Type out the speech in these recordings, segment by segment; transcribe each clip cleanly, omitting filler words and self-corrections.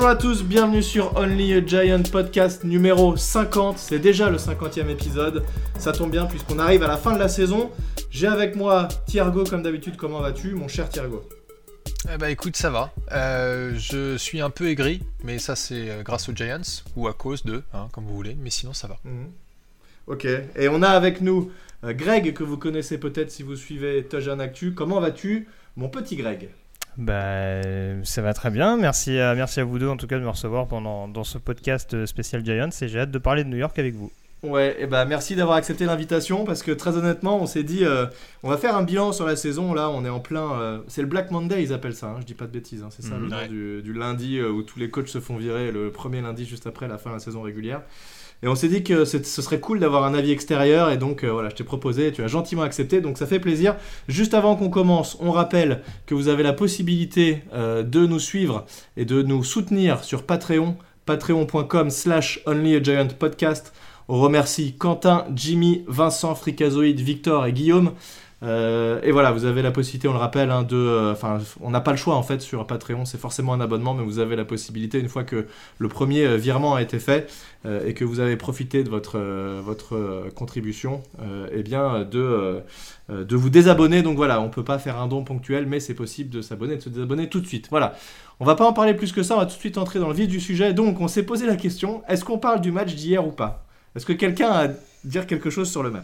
Bonjour à tous, bienvenue sur Only a Giant podcast numéro 50. C'est déjà le 50e épisode. Ça tombe bien puisqu'on arrive à la fin de la saison. J'ai avec moi Thiergo, comme d'habitude. Comment vas-tu, mon cher Thiergo ? Écoute, ça va. Je suis un peu aigri, mais ça c'est grâce aux Giants ou à cause d'eux, comme vous voulez. Mais sinon ça va. Ok, et on a avec nous Greg, que vous connaissez peut-être si vous suivez Touchdown Actu. Comment vas-tu, mon petit Greg ? Ça va très bien, merci à vous deux en tout cas de me recevoir dans ce podcast spécial Giants et j'ai hâte de parler de New York avec vous. Ouais, et merci d'avoir accepté l'invitation parce que très honnêtement on s'est dit on va faire un bilan sur la saison. Là on est en plein, c'est le Black Monday ils appellent ça, je dis pas de bêtises, c'est ça le nom du lundi où tous les coachs se font virer le premier lundi juste après la fin de la saison régulière. Et on s'est dit que ce serait cool d'avoir un avis extérieur et donc voilà, je t'ai proposé, tu as gentiment accepté, donc ça fait plaisir. Juste avant qu'on commence, on rappelle que vous avez la possibilité de nous suivre et de nous soutenir sur Patreon, patreon.com/onlyagiantpodcast. On remercie Quentin, Jimmy, Vincent, Fricazoïde, Victor et Guillaume. Et voilà, vous avez la possibilité, on le rappelle, on n'a pas le choix en fait sur Patreon, c'est forcément un abonnement, mais vous avez la possibilité, une fois que le premier virement a été fait et que vous avez profité de votre contribution, de vous désabonner. Donc voilà, on peut pas faire un don ponctuel, mais c'est possible de s'abonner et de se désabonner tout de suite. Voilà, on va pas en parler plus que ça, on va tout de suite entrer dans le vif du sujet. Donc on s'est posé la question, est-ce qu'on parle du match d'hier ou pas ? Est-ce que quelqu'un a à dire quelque chose sur le match ?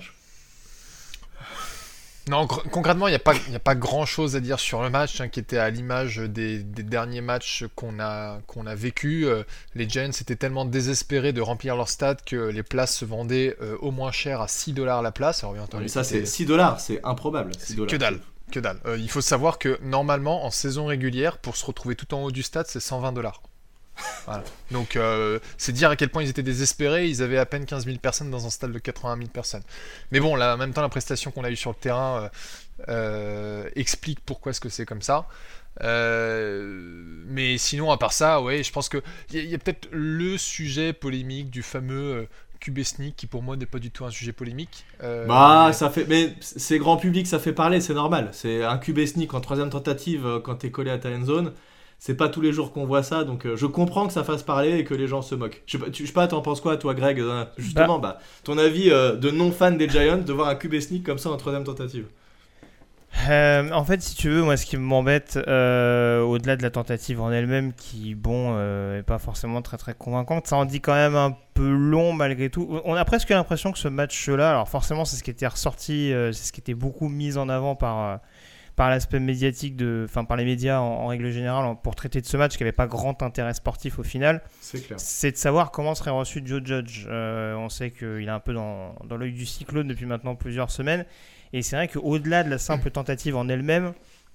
Non, concrètement, il n'y a pas grand-chose à dire sur le match, qui était à l'image des derniers matchs qu'on a vécu. Les Giants étaient tellement désespérés de remplir leur stade que les places se vendaient au moins cher à $6 la place. Alors, bien entendu, mais ça, c'est $6, c'est improbable. $6. Que dalle. Il faut savoir que normalement, en saison régulière, pour se retrouver tout en haut du stade, c'est $120. Voilà. Donc c'est dire à quel point ils étaient désespérés. Ils avaient à peine 15 000 personnes dans un stade de 80 000 personnes. Mais bon, là, en même temps, la prestation qu'on a eue sur le terrain explique pourquoi est-ce que c'est comme ça. Mais sinon, à part ça, ouais, je pense qu'il y a peut-être le sujet polémique du fameux QB sneak qui pour moi n'est pas du tout un sujet polémique. Mais c'est grand public, ça fait parler, c'est normal. C'est un QB sneak en troisième tentative quand t'es collé à ta end zone. C'est pas tous les jours qu'on voit ça, donc je comprends que ça fasse parler et que les gens se moquent. Je sais pas, t'en penses quoi, toi, Greg, justement, ton avis de non-fan des Giants de voir un QB sneak comme ça en troisième tentative. En fait, si tu veux, moi, ce qui m'embête, au-delà de la tentative en elle-même, qui, est pas forcément très très convaincante, ça en dit quand même un peu long malgré tout. On a presque l'impression que ce match-là, alors forcément, c'est ce qui était ressorti, c'est ce qui était beaucoup mis en avant par l'aspect médiatique, par les médias en règle générale, pour traiter de ce match qui n'avait pas grand intérêt sportif au final. C'est clair. C'est de savoir comment serait reçu Joe Judge. On sait qu'il est un peu dans l'œil du cyclone depuis maintenant plusieurs semaines. Et c'est vrai qu'au-delà de la simple tentative en elle-même,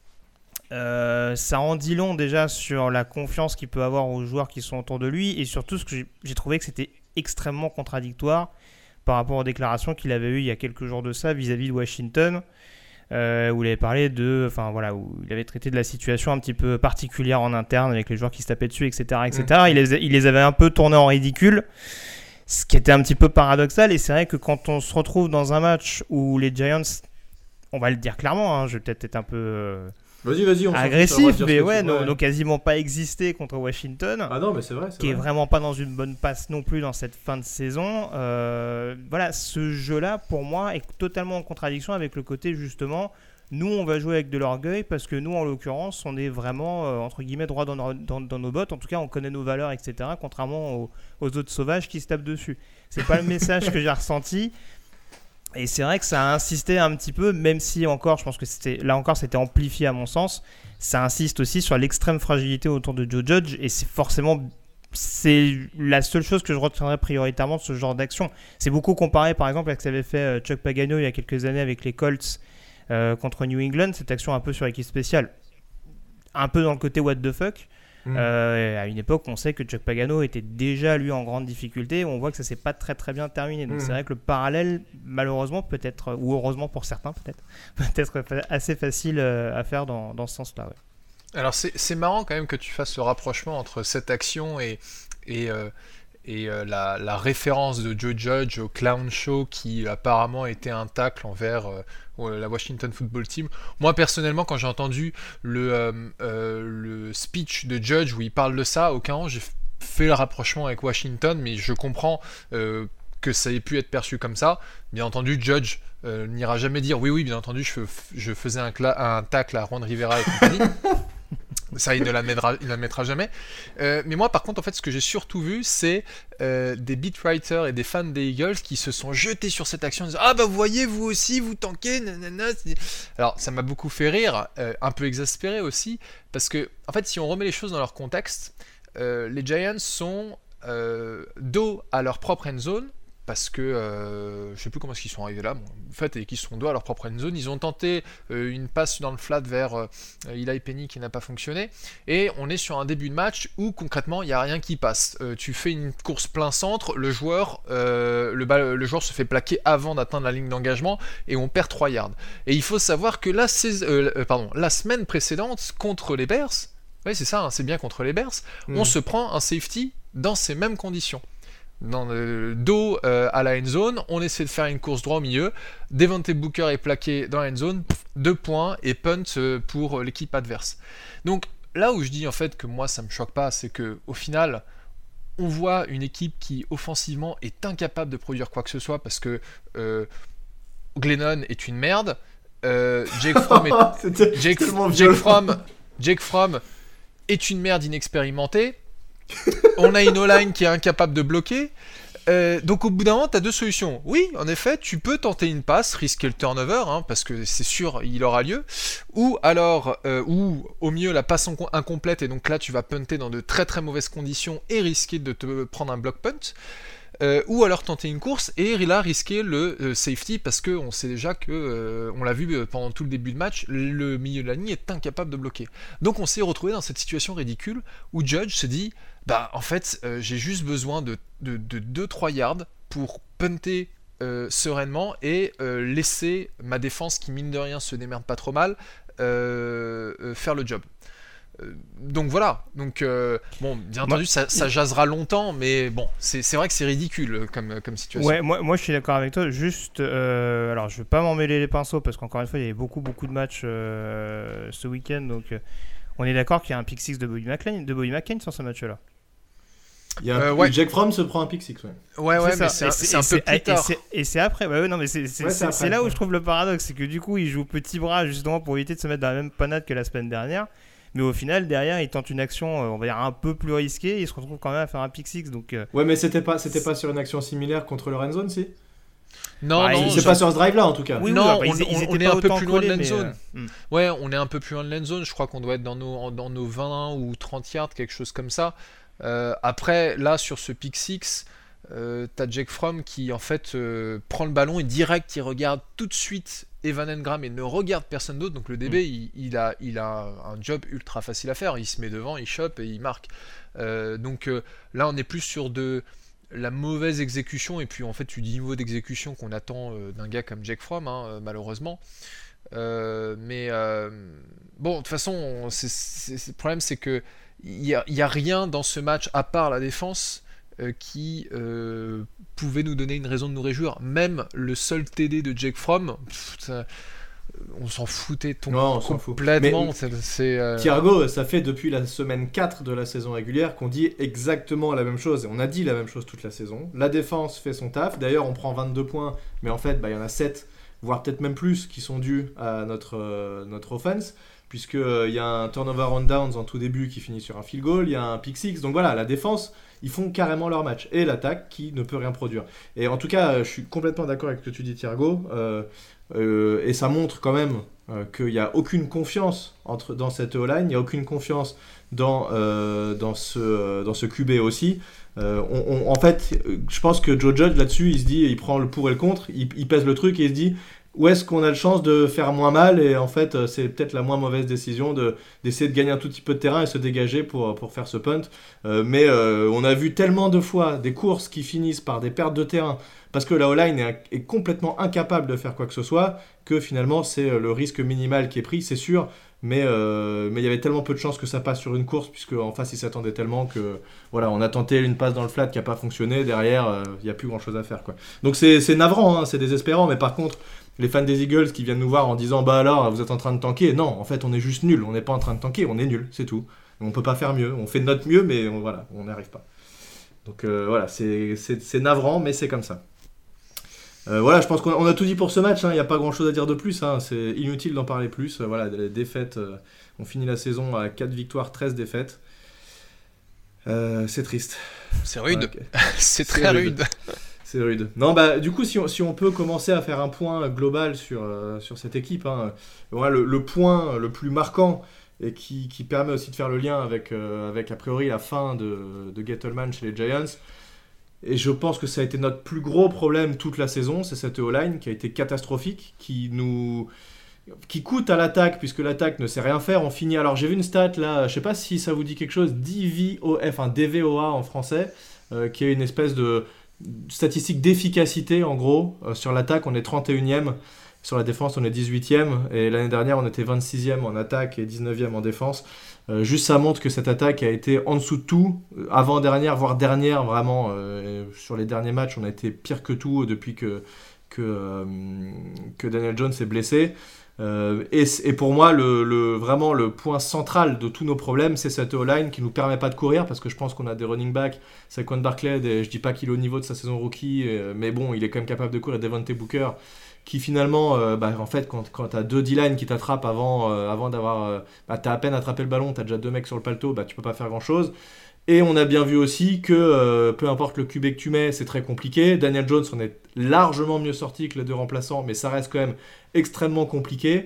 ça en dit long déjà sur la confiance qu'il peut avoir aux joueurs qui sont autour de lui. Et surtout, ce que j'ai trouvé que c'était extrêmement contradictoire par rapport aux déclarations qu'il avait eues il y a quelques jours de ça vis-à-vis de Washington. Où il avait parlé où il avait traité de la situation un petit peu particulière en interne avec les joueurs qui se tapaient dessus, etc. Il les avait un peu tournés en ridicule, ce qui était un petit peu paradoxal. Et c'est vrai que quand on se retrouve dans un match où les Giants, on va le dire clairement, je vais peut-être être un peu vas-y, on agressif, mais n'ont quasiment pas existé contre Washington. Ah non, mais c'est vrai. Qui est vraiment pas dans une bonne passe non plus dans cette fin de saison. Ce jeu-là, pour moi, est totalement en contradiction avec le côté, justement, nous, on va jouer avec de l'orgueil parce que nous, en l'occurrence, on est vraiment, entre guillemets, droit dans nos bottes. En tout cas, on connaît nos valeurs, etc., contrairement aux autres sauvages qui se tapent dessus. C'est pas le message que j'ai ressenti. Et c'est vrai que ça a insisté un petit peu, même si encore, je pense que c'était amplifié à mon sens. Ça insiste aussi sur l'extrême fragilité autour de Joe Judge, et c'est la seule chose que je retiendrai prioritairement de ce genre d'action. C'est beaucoup comparé par exemple à ce qu'avait fait Chuck Pagano il y a quelques années avec les Colts contre New England, cette action un peu sur équipe spéciale, un peu dans le côté what the fuck. À une époque, on sait que Chuck Pagano était déjà lui en grande difficulté. On voit que ça s'est pas très très bien terminé. Donc c'est vrai que le parallèle, malheureusement, peut-être, ou heureusement pour certains, peut être assez facile à faire dans ce sens-là. Ouais. Alors c'est marrant quand même que tu fasses le rapprochement entre cette action et et la référence de Joe Judge au clown show qui apparemment était un tacle envers la Washington Football Team. Moi personnellement, quand j'ai entendu le speech de Judge où il parle de ça, aucun moment j'ai fait le rapprochement avec Washington, mais je comprends que ça ait pu être perçu comme ça. Bien entendu, Judge n'ira jamais dire oui, bien entendu, je faisais un tacle à Ron Rivera et compagnie. Ça, il ne l'admettra jamais. Mais moi, par contre, en fait, ce que j'ai surtout vu, c'est des beatwriters et des fans des Eagles qui se sont jetés sur cette action en disant « Ah bah vous voyez, vous aussi, vous tankez, nanana. » Alors, ça m'a beaucoup fait rire, un peu exaspéré aussi, parce que, en fait, si on remet les choses dans leur contexte, les Giants sont dos à leur propre end zone, parce que je sais plus comment ils sont arrivés là, en fait, et qu'ils sont dos à leur propre end zone. Ils ont tenté une passe dans le flat vers Eli Penny qui n'a pas fonctionné, et on est sur un début de match où concrètement il n'y a rien qui passe. Tu fais une course plein centre, le joueur se fait plaquer avant d'atteindre la ligne d'engagement et on perd 3 yards. Et il faut savoir que la semaine précédente contre les Bears, oui c'est ça, hein, c'est bien contre les Bears, on se prend un safety dans ces mêmes conditions. Dans le dos à la end zone, on essaie de faire une course droit au milieu. Devontae Booker est plaqué dans la end zone, 2 points et punt pour l'équipe adverse. Donc là où je dis en fait que moi ça me choque pas, c'est que au final, on voit une équipe qui offensivement est incapable de produire quoi que ce soit parce que Glennon est une merde. Jake Fromm est une merde inexpérimentée. On a une O-line qui est incapable de bloquer. Donc au bout d'un moment, tu as 2 solutions. Oui, en effet, tu peux tenter une passe, risquer le turnover, hein, parce que c'est sûr, il aura lieu. Ou alors, ou au mieux, la passe incomplète, et donc là, tu vas punter dans de très très mauvaises conditions et risquer de te prendre un block punt. Ou alors tenter une course et là risquer le safety parce qu'on sait déjà que, on l'a vu pendant tout le début de match, le milieu de la ligne est incapable de bloquer. Donc on s'est retrouvé dans cette situation ridicule où Judge se dit bah en fait j'ai juste besoin de 2-3 yards pour punter sereinement et laisser ma défense qui mine de rien se démerde pas trop mal faire le job. Donc voilà, bon, bien entendu, ça jasera longtemps, mais bon, c'est vrai que c'est ridicule comme situation. Ouais, moi je suis d'accord avec toi. Juste, alors je vais pas m'en mêler les pinceaux parce qu'encore une fois, il y avait beaucoup de matchs ce week-end, donc on est d'accord qu'il y a un pick six de Bobby McCain sur ce match-là. Jake Fromm se prend un pick six, ouais, mais c'est un peu plus tard. Et c'est après, non, mais c'est là où je trouve le paradoxe, c'est que du coup, il joue petit bras justement pour éviter de se mettre dans la même panade que la semaine dernière. Mais au final, derrière, il tente une action, on va dire, un peu plus risquée. Il se retrouve quand même à faire un pick six. Donc, ouais, mais c'était pas sur une action similaire contre le red zone, si Non, c'est pas sur ce drive-là, en tout cas. Oui, non, on est un peu plus loin de l'end zone. Ouais, on est un peu plus loin de l'end zone. Je crois qu'on doit être dans nos 20 ou 30 yards, quelque chose comme ça. Après, là, sur ce pick six, t'as Jake Fromm qui, en fait, prend le ballon et direct, il regarde tout de suite Evan Engram et ne regarde personne d'autre. Donc le DB il a un job ultra facile à faire, il se met devant, il chope et il marque. Donc là on est plus sur de la mauvaise exécution et puis en fait du niveau d'exécution qu'on attend d'un gars comme Jake Fromm, hein, malheureusement. Mais bon, de toute façon le problème c'est que il y a rien dans ce match à part la défense qui pouvait nous donner une raison de nous réjouir. Même le seul TD de Jake Fromm, on s'en foutait complètement. Thiago, ça fait depuis la semaine 4 de la saison régulière qu'on dit exactement la même chose. Et on a dit la même chose toute la saison. La défense fait son taf. D'ailleurs, on prend 22 points, mais en fait, il y en a 7, voire peut-être même plus, qui sont dus à notre offense. Puisqu'il y a un turnover on downs en tout début qui finit sur un field goal, il y a un pick six. Donc voilà, la défense, ils font carrément leur match. Et l'attaque qui ne peut rien produire. Et en tout cas, je suis complètement d'accord avec ce que tu dis, Thiago. Et ça montre quand même qu'il n'y a aucune confiance dans cette O-line, il n'y a aucune confiance dans ce QB aussi. En fait, je pense que Joe Judge là-dessus, il se dit, il prend le pour et le contre, il pèse le truc et il se dit où est-ce qu'on a le chance de faire moins mal, et en fait c'est peut-être la moins mauvaise décision d'essayer de gagner un tout petit peu de terrain et se dégager pour faire ce punt. Mais on a vu tellement de fois des courses qui finissent par des pertes de terrain parce que la O-line est complètement incapable de faire quoi que ce soit, que finalement c'est le risque minimal qui est pris. C'est sûr, mais il y avait tellement peu de chances que ça passe sur une course, puisque en face ils s'attendaient tellement que voilà, on a tenté une passe dans le flat qui n'a pas fonctionné, derrière il n'y a plus grand chose à faire, quoi. Donc c'est navrant, hein, c'est désespérant, mais par contre les fans des Eagles qui viennent nous voir en disant bah alors vous êtes en train de tanker, non, en fait on est juste nul, on n'est pas en train de tanker, on est nul, c'est tout. On peut pas faire mieux, on fait de notre mieux, mais voilà, on n'y arrive pas. Donc voilà, c'est navrant, mais c'est comme ça. Voilà, je pense qu'on a tout dit pour ce match, il n'y a pas grand chose à dire de plus, hein, c'est inutile d'en parler plus. Voilà, les défaites, on finit la saison à 4 victoires, 13 défaites. C'est triste. C'est rude, Ouais, c'est très rude. C'est rude. Non, bah du coup, si on peut commencer à faire un point global sur cette équipe, hein, voilà, le point le plus marquant et qui permet aussi de faire le lien avec a priori la fin de Gettleman chez les Giants. Et je pense que ça a été notre plus gros problème toute la saison, c'est cette O-line qui a été catastrophique, qui coûte à l'attaque, puisque l'attaque ne sait rien faire. On finit, alors j'ai vu une stat là, je sais pas si ça vous dit quelque chose, DVOA en français, qui est une espèce de statistique d'efficacité en gros. Sur l'attaque, on est 31e, sur la défense, on est 18e, et l'année dernière, on était 26e en attaque et 19e en défense. Juste ça montre que cette attaque a été en dessous de tout, avant-dernière, voire dernière, vraiment. Sur les derniers matchs, on a été pire que tout depuis que Daniel Jones est blessé. Et pour moi, vraiment le point central de tous nos problèmes, c'est cette O-line qui ne nous permet pas de courir, parce que je pense qu'on a des running backs. Saquon Barkley, je dis pas qu'il est au niveau de sa saison rookie, mais bon, il est quand même capable de courir. Devontae Booker, qui finalement, en fait, quand tu as 2 D-line qui t'attrapent avant d'avoir... tu as à peine attrapé le ballon, tu as déjà 2 mecs sur le paletot, tu peux pas faire grand-chose. Et on a bien vu aussi que peu importe le QB que tu mets, c'est très compliqué. Daniel Jones en est largement mieux sorti que les 2 remplaçants, mais ça reste quand même extrêmement compliqué.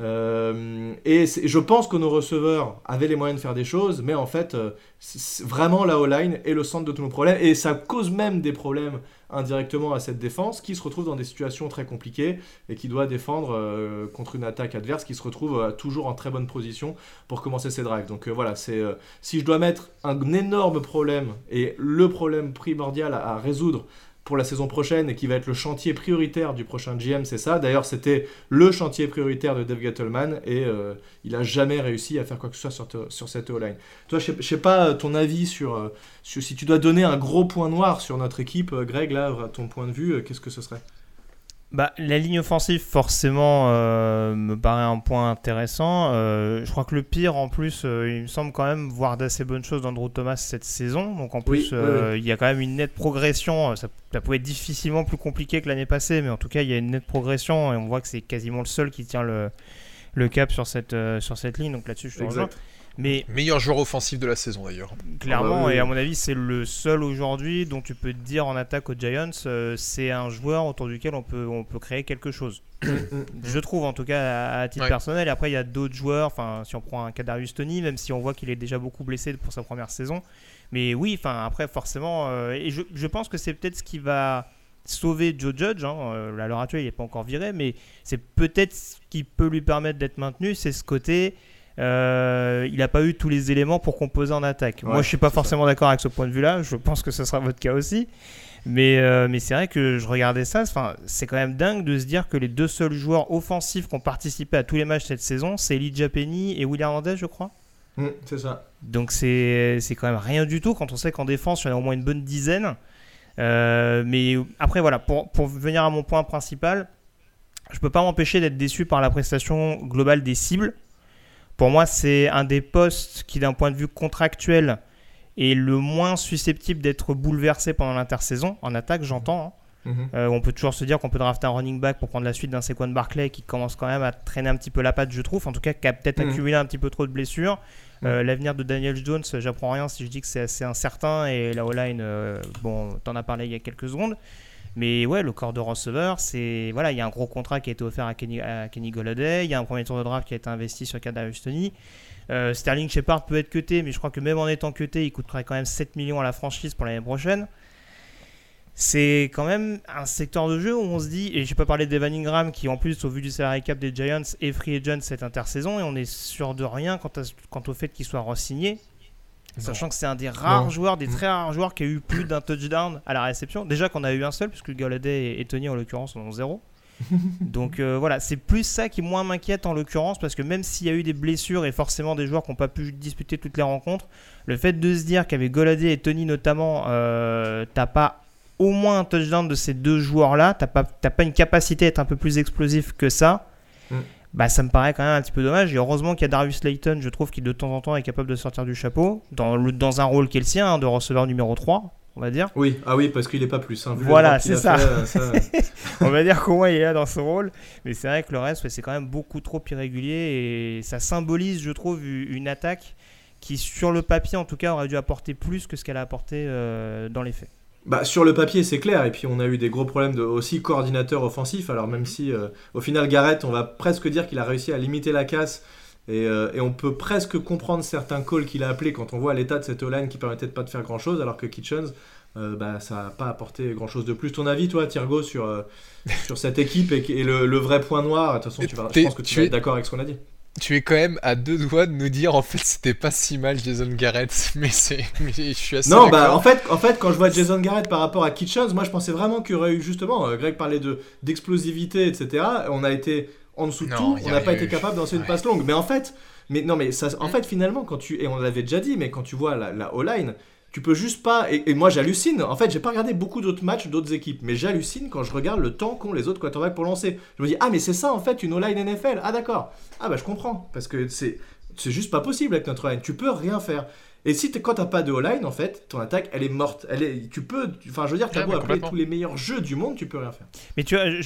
Et je pense que nos receveurs avaient les moyens de faire des choses, mais en fait, vraiment la O-line est le centre de tous nos problèmes. Et ça cause même des problèmes indirectement à cette défense qui se retrouve dans des situations très compliquées et qui doit défendre contre une attaque adverse qui se retrouve toujours en très bonne position pour commencer ses drives. Donc voilà, si je dois mettre un énorme problème et le problème primordial à résoudre pour la saison prochaine et qui va être le chantier prioritaire du prochain GM, c'est ça. D'ailleurs, c'était le chantier prioritaire de Dave Gettleman et il n'a jamais réussi à faire quoi que ce soit sur cette O-line. Toi, je sais pas ton avis sur si tu dois donner un gros point noir sur notre équipe, Greg, là, à ton point de vue, qu'est-ce que ce serait ? La ligne offensive, forcément, me paraît un point intéressant. Je crois que le pire, en plus, il me semble quand même voir d'assez bonnes choses d'Andrew Thomas cette saison. Donc, en plus, il y a quand même une nette progression. Ça pouvait être difficilement plus compliqué que l'année passée, mais en tout cas, il y a une nette progression et on voit que c'est quasiment le seul qui tient le cap sur cette ligne. Donc là-dessus, je te rejoins. Mais meilleur joueur offensif de la saison d'ailleurs. Clairement, et à mon avis, c'est le seul aujourd'hui dont tu peux te dire en attaque aux Giants, c'est un joueur autour duquel on peut créer quelque chose. Je trouve en tout cas à titre personnel. Et après, il y a d'autres joueurs, si on prend un Kadarius Toney, même si on voit qu'il est déjà beaucoup blessé pour sa première saison. Mais oui, après, forcément, et je pense que c'est peut-être ce qui va sauver Joe Judge. À l'heure actuelle, il n'est pas encore viré, mais c'est peut-être ce qui peut lui permettre d'être maintenu, c'est ce côté... il n'a pas eu tous les éléments pour composer en attaque. Moi, je suis pas forcément d'accord avec ce point de vue-là. Je pense que ce sera votre cas aussi. Mais c'est vrai que je regardais ça. C'est quand même dingue de se dire que les 2 seuls joueurs offensifs qui ont participé à tous les matchs cette saison, c'est Elijah Penny et Will Hernandez, je crois. C'est ça. Donc c'est quand même rien du tout quand on sait qu'en défense, il y en a au moins une bonne dizaine. Mais après, voilà, pour venir à mon point principal, je peux pas m'empêcher d'être déçu par la prestation globale des cibles. Pour moi, c'est un des postes qui, d'un point de vue contractuel, est le moins susceptible d'être bouleversé pendant l'intersaison. En attaque, j'entends. On peut toujours se dire qu'on peut drafter un running back pour prendre la suite d'un Saquon Barkley qui commence quand même à traîner un petit peu la patte, je trouve. En tout cas, qui a peut-être accumulé un petit peu trop de blessures. L'avenir de Daniel Jones, j'apprends rien si je dis que c'est assez incertain. Et la O-line, t'en as parlé il y a quelques secondes. Mais ouais, le corps de receveur, il y a un gros contrat qui a été offert à Kenny Golladay, il y a un premier tour de draft qui a été investi sur Kadarius Toney. Sterling Shepard peut être cuté, mais je crois que même en étant cuté, il coûterait quand même 7 millions à la franchise pour l'année prochaine. C'est quand même un secteur de jeu où on se dit, et je n'ai pas parlé d'Evan Ingram qui en plus au vu du salary cap des Giants est free agent cette intersaison et on est sûr de rien quant au fait qu'il soit re-signé. Sachant que c'est un des rares joueurs, des très rares joueurs qui a eu plus d'un touchdown à la réception. Déjà qu'on a eu un seul, puisque Golladay et Toney en l'occurrence en ont 0. Donc voilà, c'est plus ça qui moins m'inquiète en l'occurrence, parce que même s'il y a eu des blessures et forcément des joueurs qui n'ont pas pu disputer toutes les rencontres, le fait de se dire qu'avec Goladé et Tony notamment, t'as pas au moins un touchdown de ces deux joueurs-là, t'as pas une capacité à être un peu plus explosif que ça, bah ça me paraît quand même un petit peu dommage. Et heureusement qu'il y a Darius Slayton, je trouve qu'il de temps en temps est capable de sortir du chapeau, dans un rôle qui est le sien, de receveur numéro 3, on va dire. Oui, parce qu'il n'est pas plus. Hein, voilà, c'est ça. On va dire qu'au moins il est là dans ce rôle. Mais c'est vrai que le reste, c'est quand même beaucoup trop irrégulier. Et ça symbolise, je trouve, une attaque qui, sur le papier en tout cas, aurait dû apporter plus que ce qu'elle a apporté dans les faits. Bah, sur le papier, c'est clair. Et puis, on a eu des gros problèmes aussi coordinateur offensif. Alors, même si, au final, Garrett, on va presque dire qu'il a réussi à limiter la casse. Et on peut presque comprendre certains calls qu'il a appelés quand on voit l'état de cette O-line qui permettait de pas de faire grand-chose. Alors que Kitchens, ça n'a pas apporté grand-chose de plus. Ton avis, toi, Thiergo, sur cette équipe et le vrai point noir? De toute façon, je pense que tu vas être d'accord avec ce qu'on a dit. Tu es quand même à deux doigts de nous dire en fait c'était pas si mal Jason Garrett, mais je suis assez non, d'accord. En fait, quand je vois Jason Garrett par rapport à Kitchens, moi je pensais vraiment qu'il y aurait eu justement, Greg parlait d'explosivité, etc. On a été en dessous de tout, on n'a pas été capable de lancer une passe longue. Mais en fait, finalement, et on l'avait déjà dit, mais quand tu vois la O-line, tu peux juste pas. Et moi j'hallucine. En fait, j'ai pas regardé beaucoup d'autres matchs d'autres équipes, mais j'hallucine quand je regarde le temps qu'ont les autres quarterbacks pour lancer. Je me dis, mais c'est ça en fait une O-line NFL. Ah d'accord. Je comprends. Parce que c'est juste pas possible avec notre O-line. Tu peux rien faire. Et quand t'as pas de O-line, en fait, ton attaque, elle est morte. T'as beau appeler tous les meilleurs jeux du monde, tu peux rien faire. Mais tu vois,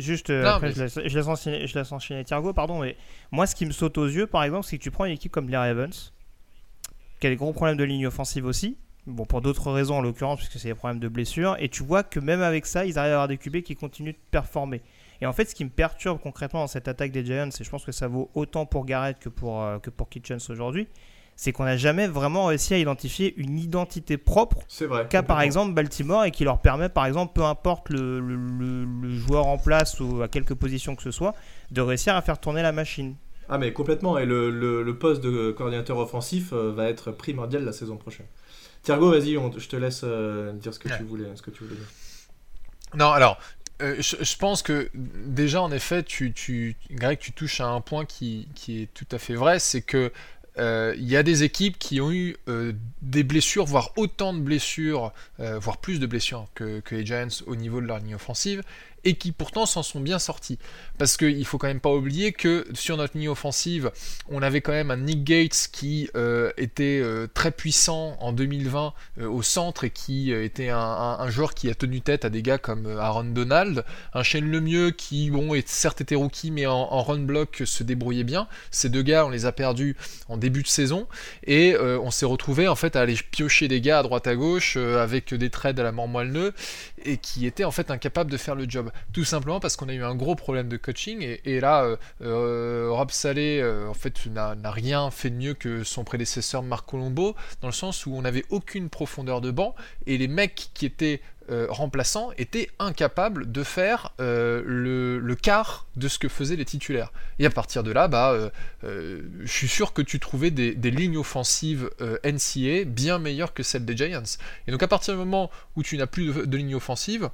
je laisse enchaîner Thiergo, pardon, mais moi, ce qui me saute aux yeux, par exemple, c'est que tu prends une équipe comme les Ravens, qui a des gros problèmes de ligne offensive aussi. Bon, pour d'autres raisons en l'occurrence, puisque c'est des problèmes de blessures. Et tu vois que même avec ça, ils arrivent à avoir des QB qui continuent de performer. Et en fait, ce qui me perturbe concrètement dans cette attaque des Giants, et je pense que ça vaut autant pour Garrett que pour Kitchens aujourd'hui, c'est qu'on n'a jamais vraiment réussi à identifier une identité propre qu'a par exemple Baltimore, et qui leur permet par exemple, peu importe le joueur en place ou à quelque position que ce soit, de réussir à faire tourner la machine. Ah mais complètement, et le poste de coordinateur offensif va être primordial la saison prochaine. Thiergo, vas-y, je te laisse dire ce que tu voulais dire. Non, alors, je pense que déjà, en effet, Greg, tu touches à un point qui est tout à fait vrai, c'est que il y a des équipes qui ont eu des blessures, voire autant de blessures, voire plus de blessures que les Giants au niveau de leur ligne offensive, et qui pourtant s'en sont bien sortis. Parce qu'il faut quand même pas oublier que sur notre ligne offensive, on avait quand même un Nick Gates qui était très puissant en 2020 au centre, et qui était un joueur qui a tenu tête à des gars comme Aaron Donald, un Shane Lemieux qui, certes était rookie, mais en run block se débrouillait bien. Ces deux gars, on les a perdus en début de saison, et on s'est retrouvé en fait à aller piocher des gars à droite à gauche avec des trades à la mort moelle-neu, et qui étaient en fait incapables de faire le job. Tout simplement parce qu'on a eu un gros problème de coaching, et là Rob Saleh en fait n'a rien fait de mieux que son prédécesseur Marc Colombo, dans le sens où on n'avait aucune profondeur de banc, et les mecs qui étaient remplaçants étaient incapables de faire le quart de ce que faisaient les titulaires. Et à partir de là, je suis sûr que tu trouvais des lignes offensives NCA bien meilleures que celles des Giants. Et donc à partir du moment où tu n'as plus de ligne offensive,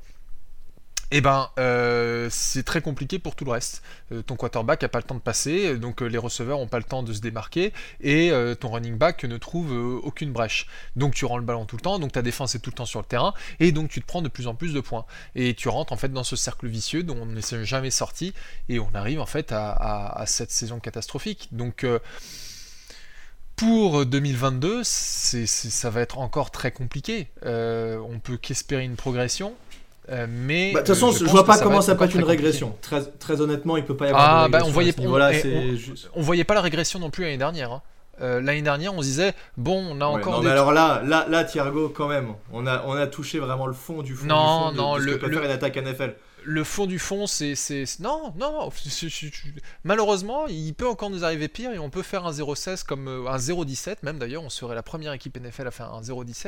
c'est très compliqué pour tout le reste. Ton quarterback n'a pas le temps de passer, donc les receveurs n'ont pas le temps de se démarquer, et ton running back ne trouve aucune brèche. Donc tu rends le ballon tout le temps, donc ta défense est tout le temps sur le terrain, et donc tu te prends de plus en plus de points. Et tu rentres en fait dans ce cercle vicieux dont on ne s'est jamais sorti, et on arrive en fait à cette saison catastrophique. Donc pour 2022, ça va être encore très compliqué. On peut qu'espérer une progression. Mais de toute façon, je vois pas comment ça peut être une régression. Très honnêtement, il peut pas y avoir de régression. On voyait pas la régression non plus l'année dernière. Hein. L'année dernière, on se disait on a encore. Mais alors là, Thiergo, quand même, on a touché vraiment le fond du fond. De ce que peut faire une attaque NFL. Le fond du fond, c'est non. Malheureusement, il peut encore nous arriver pire, et on peut faire un 0-16 comme un 0-17 même. D'ailleurs, on serait la première équipe NFL à faire un 0-17.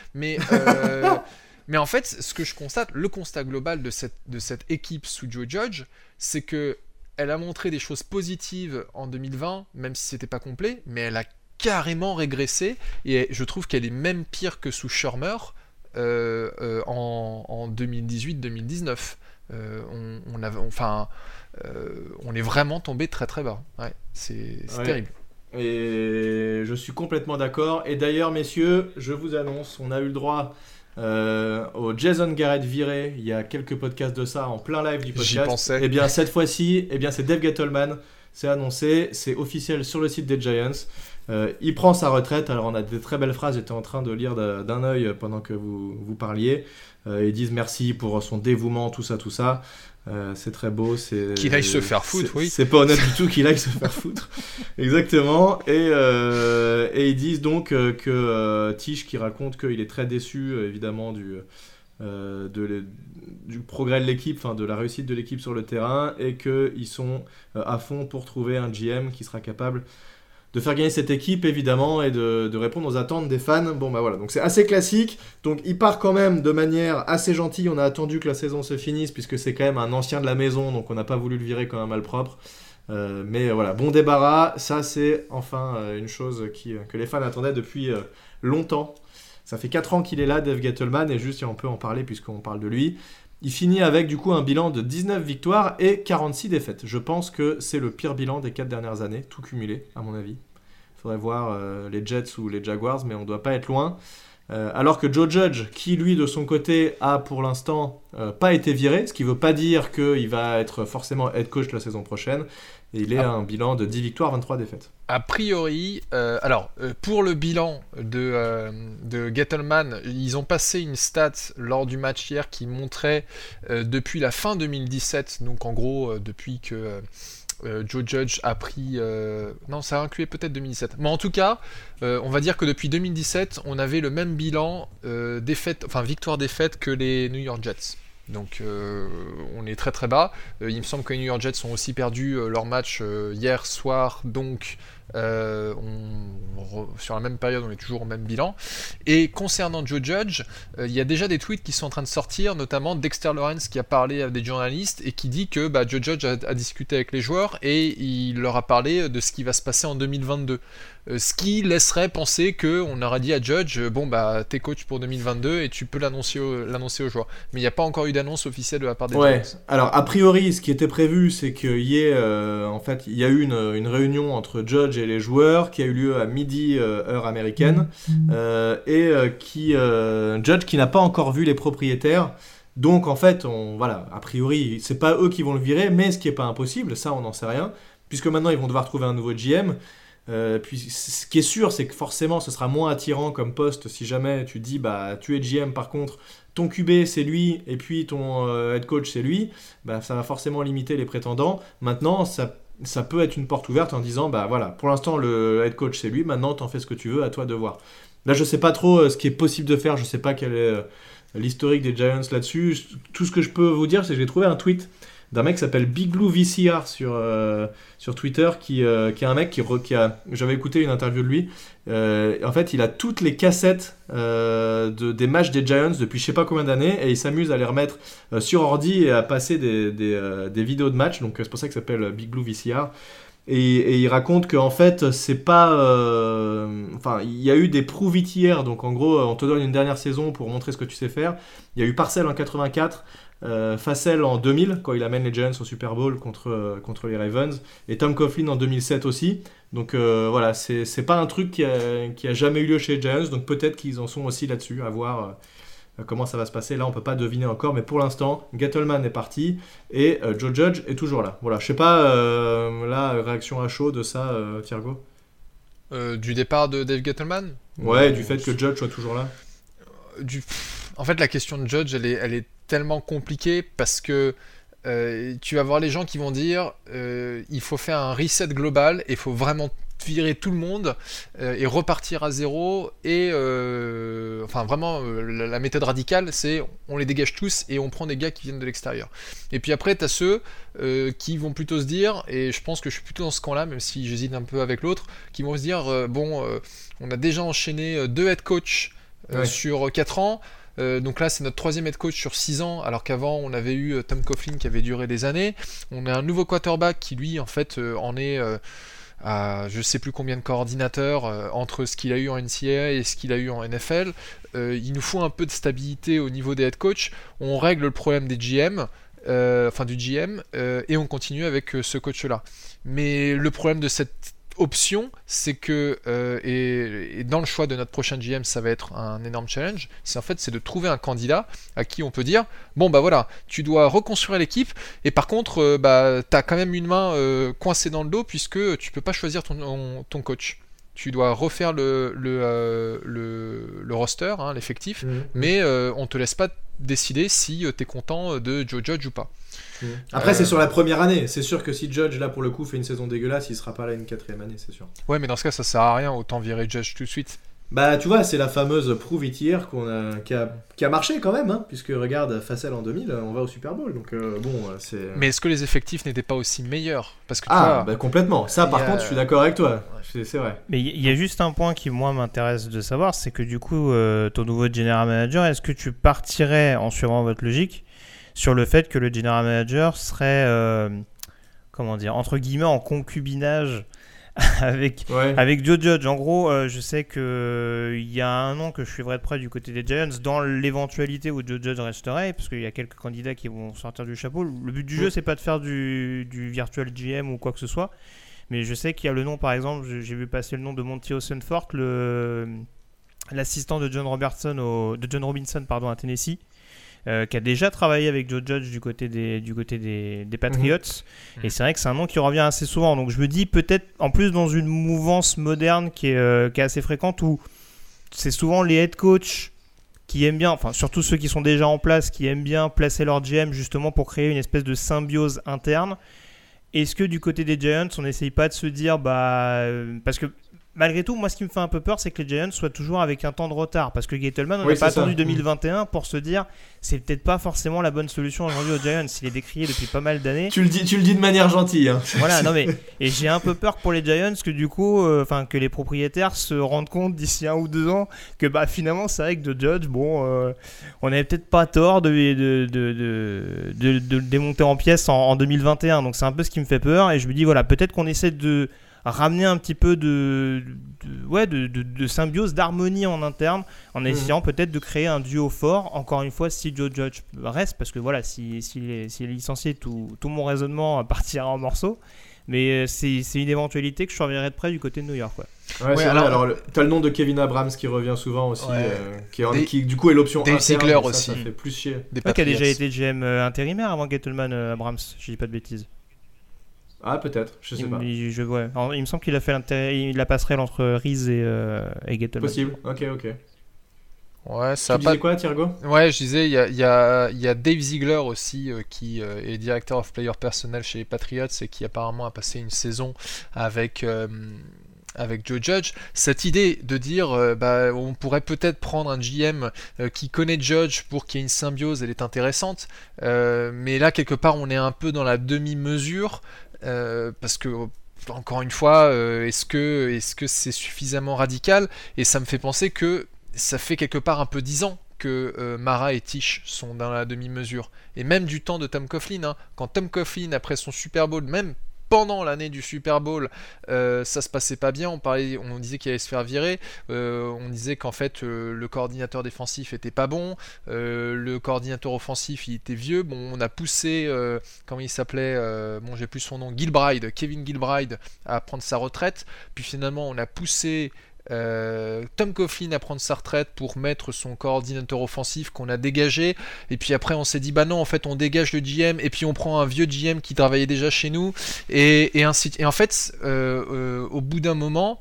Mais en fait, ce que je constate, le constat global de cette équipe sous Joe Judge, c'est que elle a montré des choses positives en 2020, même si c'était pas complet, mais elle a carrément régressé, et je trouve qu'elle est même pire que sous Shurmur en 2018-2019. on est vraiment tombé très très bas. Ouais, c'est terrible. Et je suis complètement d'accord. Et d'ailleurs, messieurs, je vous annonce, on a eu le droit au Jason Garrett viré il y a quelques podcasts de ça, en plein live du podcast. J'y pensais. Et bien cette fois-ci, c'est Dave Gettleman. C'est annoncé, c'est officiel sur le site des Giants. Il prend sa retraite. Alors on a des très belles phrases. J'étais en train de lire d'un œil pendant que vous parliez. Ils disent merci pour son dévouement, tout ça. C'est très beau. Qu'il aille se faire foutre, oui. C'est pas honnête du tout qu'il aille se faire foutre. Exactement. Et ils disent donc que Tisch qui raconte qu'il est très déçu évidemment du progrès de l'équipe, enfin de la réussite de l'équipe sur le terrain, et qu'ils sont à fond pour trouver un GM qui sera capable de faire gagner cette équipe évidemment et de répondre aux attentes des fans. Bon bah voilà, donc c'est assez classique. Donc il part quand même de manière assez gentille. On a attendu que la saison se finisse puisque c'est quand même un ancien de la maison, donc on n'a pas voulu le virer comme un malpropre. Mais voilà, bon débarras, ça c'est enfin une chose que les fans attendaient depuis longtemps. Ça fait 4 ans qu'il est là, Dave Gettleman, et juste si on peut en parler puisqu'on parle de lui. Il finit avec du coup un bilan de 19 victoires et 46 défaites. Je pense que c'est le pire bilan des 4 dernières années, tout cumulé à mon avis. Il faudrait voir les Jets ou les Jaguars, mais on ne doit pas être loin. Alors que Joe Judge, qui lui de son côté a pour l'instant pas été viré, ce qui ne veut pas dire qu'il va être forcément head coach la saison prochaine, et il est à un bilan de 10 victoires, 23 défaites. A priori, pour le bilan de Gettleman, ils ont passé une stat lors du match hier qui montrait depuis la fin 2017, donc en gros depuis que Joe Judge a pris... non, ça incluait peut-être 2017. Mais en tout cas, on va dire que depuis 2017, on avait le même bilan victoire-défaite que les New York Jets. Donc on est très très bas. Il me semble que les New York Jets ont aussi perdu leur match hier soir, donc sur la même période on est toujours au même bilan. Et concernant Joe Judge, il y a déjà des tweets qui sont en train de sortir, notamment Dexter Lawrence qui a parlé à des journalistes et qui dit que Joe Judge a discuté avec les joueurs et il leur a parlé de ce qui va se passer en 2022. Ce qui laisserait penser qu'on aurait dit à Judge, t'es coach pour 2022 et tu peux l'annoncer aux joueurs. Mais il n'y a pas encore eu d'annonce officielle de la part des Giants. Alors a priori, ce qui était prévu, c'est qu'il y ait, il y a eu une réunion entre Judge et les joueurs qui a eu lieu à midi heure américaine, Judge qui n'a pas encore vu les propriétaires. Donc en fait, a priori, c'est pas eux qui vont le virer, mais ce qui est pas impossible, ça on n'en sait rien, puisque maintenant ils vont devoir trouver un nouveau GM. Puis ce qui est sûr, c'est que forcément ce sera moins attirant comme poste si jamais tu dis tu es GM, par contre ton QB c'est lui et puis ton head coach c'est lui, ça va forcément limiter les prétendants. Maintenant ça peut être une porte ouverte en disant pour l'instant le head coach c'est lui, maintenant t'en fais ce que tu veux, à toi de voir. Là je sais pas trop ce qui est possible de faire, je sais pas quel est l'historique des Giants là-dessus. Tout ce que je peux vous dire, c'est que j'ai trouvé un tweet d'un mec qui s'appelle Big Blue VCR sur Twitter, qui est un mec j'avais écouté une interview de lui. En fait, il a toutes les cassettes des matchs des Giants depuis je sais pas combien d'années, et il s'amuse à les remettre sur ordi et à passer des vidéos de matchs. Donc c'est pour ça qu'il s'appelle Big Blue VCR. Et il raconte qu'en fait, c'est pas... il y a eu des prove it hier, donc en gros, on te donne une dernière saison pour montrer ce que tu sais faire. Il y a eu Parcell en 84, Facel en 2000, quand il amène les Giants au Super Bowl contre les Ravens, et Tom Coughlin en 2007 aussi. Donc c'est pas un truc qui a jamais eu lieu chez les Giants, donc peut-être qu'ils en sont aussi là-dessus, à voir comment ça va se passer. Là on peut pas deviner encore, mais pour l'instant Gettleman est parti et Joe Judge est toujours là. Voilà, je sais pas la réaction à chaud de ça, Thiergo. Du départ de Dave Gettleman? Ouais, du fait que Judge soit toujours là. En fait, la question de Judge, elle est tellement compliquée parce que tu vas voir les gens qui vont dire il faut faire un reset global et il faut vraiment virer tout le monde et repartir à zéro, et vraiment la méthode radicale c'est on les dégage tous et on prend des gars qui viennent de l'extérieur. Et puis après t'as ceux qui vont plutôt se dire, et je pense que je suis plutôt dans ce camp là même si j'hésite un peu avec l'autre, qui vont se dire on a déjà enchaîné 2 head coach sur 4 ans. Donc là c'est notre 3e head coach sur 6 ans, alors qu'avant on avait eu Tom Coughlin qui avait duré des années. On a un nouveau quarterback qui lui en fait en est à je sais plus combien de coordinateurs entre ce qu'il a eu en NCAA et ce qu'il a eu en NFL. Il nous faut un peu de stabilité au niveau des head coach. On règle le problème des GM. du GM, et on continue avec ce coach-là. Mais le problème de cette option, c'est que et dans le choix de notre prochain GM, ça va être un énorme challenge. C'est de trouver un candidat à qui on peut dire bon bah voilà, tu dois reconstruire l'équipe, et par contre t'as quand même une main coincée dans le dos, puisque tu peux pas choisir ton coach. Tu dois refaire le roster, hein, l'effectif, mais on te laisse pas décider si t'es content de Joe Judge ou pas. Après, c'est sur la première année. C'est sûr que si Judge, là, pour le coup, fait une saison dégueulasse, il sera pas là une 4e année, c'est sûr. Ouais, mais dans ce cas, ça sert à rien. Autant virer Judge tout de suite. Bah, tu vois, c'est la fameuse Prove It Here qui a marché quand même, hein, puisque regarde, Facel en 2000, on va au Super Bowl. Donc, c'est... Mais est-ce que les effectifs n'étaient pas aussi meilleurs? Parce que, complètement. Ça, par contre, je suis d'accord avec toi. C'est vrai. Mais il y a juste un point qui, moi, m'intéresse de savoir, c'est que du coup, ton nouveau General Manager, est-ce que tu partirais, en suivant votre logique, sur le fait que le General Manager serait, entre guillemets, en concubinage avec Joe Judge. En gros, je sais qu'il y a un an que je suivrais de près du côté des Giants, dans l'éventualité où Joe Judge resterait, parce qu'il y a quelques candidats qui vont sortir du chapeau. Le but du jeu, c'est pas de faire du virtual GM ou quoi que ce soit, mais je sais qu'il y a le nom, par exemple, j'ai vu passer le nom de Monty Ossenfort, l'assistant de John Robinson à Tennessee, qui a déjà travaillé avec Joe Judge du côté des Patriots. Et c'est vrai que c'est un nom qui revient assez souvent. Donc je me dis peut-être, en plus dans une mouvance moderne qui est assez fréquente, où c'est souvent les head coachs qui aiment bien, enfin surtout ceux qui sont déjà en place, qui aiment bien placer leur GM justement pour créer une espèce de symbiose interne. Est-ce que du côté des Giants, on n'essaye pas de se dire, parce que malgré tout, moi, ce qui me fait un peu peur, c'est que les Giants soient toujours avec un temps de retard. Parce que Gettleman, on n'a pas attendu 2021 pour se dire, c'est peut-être pas forcément la bonne solution aujourd'hui aux Giants. Il est décrié depuis pas mal d'années. Tu le dis de manière gentille. Hein. Voilà, non mais, et j'ai un peu peur pour les Giants que du coup, que les propriétaires se rendent compte d'ici 1 ou 2 ans que finalement, c'est vrai que de Judge, on n'avait peut-être pas tort de le démonter en pièces en 2021. Donc c'est un peu ce qui me fait peur. Et je me dis, voilà, peut-être qu'on essaie de ramener un petit peu de symbiose, d'harmonie en interne, en essayant peut-être de créer un duo fort. Encore une fois, si Joe Judge reste, parce que voilà, s'il est licencié, tout mon raisonnement partira en morceaux. Mais c'est une éventualité que je surveillerai de près du côté de New York. Ouais, alors t'as le nom de Kevin Abrams qui revient souvent aussi, qui du coup est l'option Dave Ziegler aussi. Ça fait plus chier. Qui a déjà été GM intérimaire avant Gettleman, Abrams, je dis pas de bêtises. Ah, peut-être, je sais pas. Alors, il me semble qu'il a fait la passerelle entre Reese et Gettleman. Possible, ok. Ouais, ça tu disais quoi, Thiergo ? Ouais, je disais, il y a Dave Ziegler aussi, qui est directeur of player personnel chez les Patriots, et qui apparemment a passé une saison avec Joe Judge. Cette idée de dire on pourrait peut-être prendre un GM qui connaît Judge pour qu'il y ait une symbiose, elle est intéressante, mais là quelque part on est un peu dans la demi-mesure, parce que encore une fois, est-ce que c'est suffisamment radical? Et ça me fait penser que ça fait quelque part un peu 10 ans que Mara et Tisch sont dans la demi-mesure, et même du temps de Tom Coughlin, hein. Quand Tom Coughlin, après son Super Bowl, même pendant l'année du Super Bowl, ça se passait pas bien, on disait qu'il allait se faire virer, on disait qu'en fait le coordinateur défensif était pas bon, le coordinateur offensif il était vieux, on a poussé, comment il s'appelait, j'ai plus son nom, Kevin Gilbride à prendre sa retraite, puis finalement on a poussé Tom Coughlin à prendre sa retraite pour mettre son coordinateur offensif qu'on a dégagé, et puis après on s'est dit non, en fait on dégage le GM et puis on prend un vieux GM qui travaillait déjà chez nous, et ainsi. Et en fait au bout d'un moment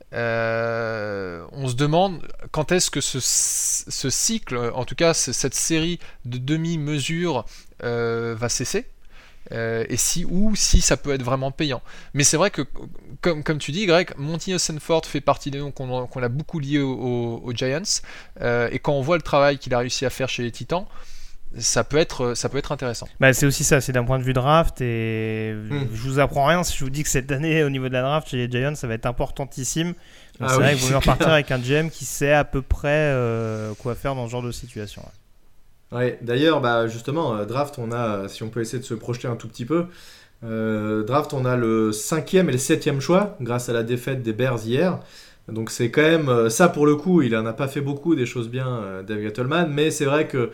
on se demande quand est-ce que ce cycle, en tout cas cette série de demi-mesures va cesser. Et si ça peut être vraiment payant. Mais c'est vrai que, comme tu dis, Greg, Monty Ossenfort fait partie des noms qu'on a beaucoup liés aux Giants, et quand on voit le travail qu'il a réussi à faire chez les Titans, ça peut être intéressant. C'est aussi ça, c'est d'un point de vue draft, et je vous apprends rien si je vous dis que cette année au niveau de la draft chez les Giants ça va être importantissime. C'est vrai qu'il vaut mieux repartir avec un GM qui sait à peu près quoi faire dans ce genre de situation. Ouais, d'ailleurs, justement, draft, on a, si on peut essayer de se projeter un tout petit peu, draft, on a le 5e et le 7e choix, grâce à la défaite des Bears hier. Donc c'est quand même, ça pour le coup, il en a pas fait beaucoup des choses bien, Dave Gettleman, mais c'est vrai que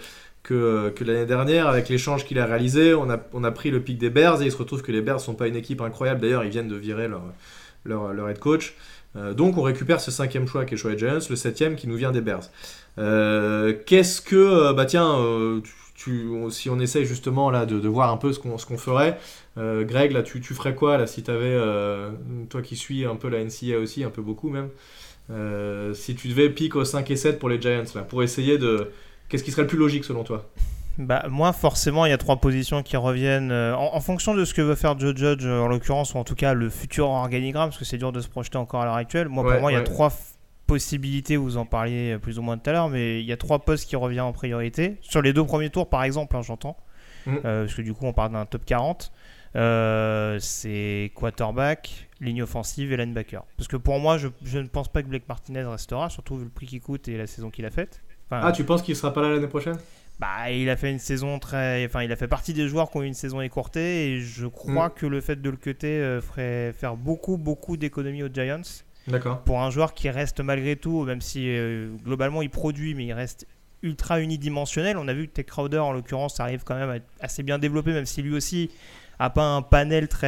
que l'année dernière avec l'échange qu'il a réalisé. On a pris le pick des Bears et il se retrouve que les Bears sont pas une équipe incroyable. D'ailleurs, ils viennent de virer leur head coach. Donc on récupère ce 5e choix qui est le choix des Giants, le 7e qui nous vient des Bears. Qu'est-ce que si on essaye justement là de voir un peu ce qu'on ferait, Greg, là tu ferais quoi là si t'avais toi qui suis un peu la NCAA aussi, un peu beaucoup même, si tu devais pick au 5 et 7 pour les Giants là, pour essayer de qu'est-ce qui serait le plus logique selon toi? Moi, forcément, il y a 3 positions qui reviennent en fonction de ce que veut faire Joe Judge, en l'occurrence, ou en tout cas le futur organigramme, parce que c'est dur de se projeter encore à l'heure actuelle. Pour moi, il y a 3 possibilités, vous en parliez plus ou moins tout à l'heure, mais il y a 3 postes qui reviennent en priorité. Sur les 2 premiers tours, par exemple, j'entends, parce que du coup, on parle d'un top 40. C'est quarterback, ligne offensive et linebacker. Parce que pour moi, je ne pense pas que Blake Martinez restera, surtout vu le prix qu'il coûte et la saison qu'il a faite. Tu penses qu'il ne sera pas là l'année prochaine? Il a fait une saison il a fait partie des joueurs qui ont eu une saison écourtée et je crois que le fait de le cutter ferait faire beaucoup d'économies aux Giants. D'accord. Pour un joueur qui reste malgré tout, même si globalement il produit, mais il reste ultra unidimensionnel. On a vu que Tech Crowder, en l'occurrence, arrive quand même à être assez bien développé, même si lui aussi n'a pas un panel très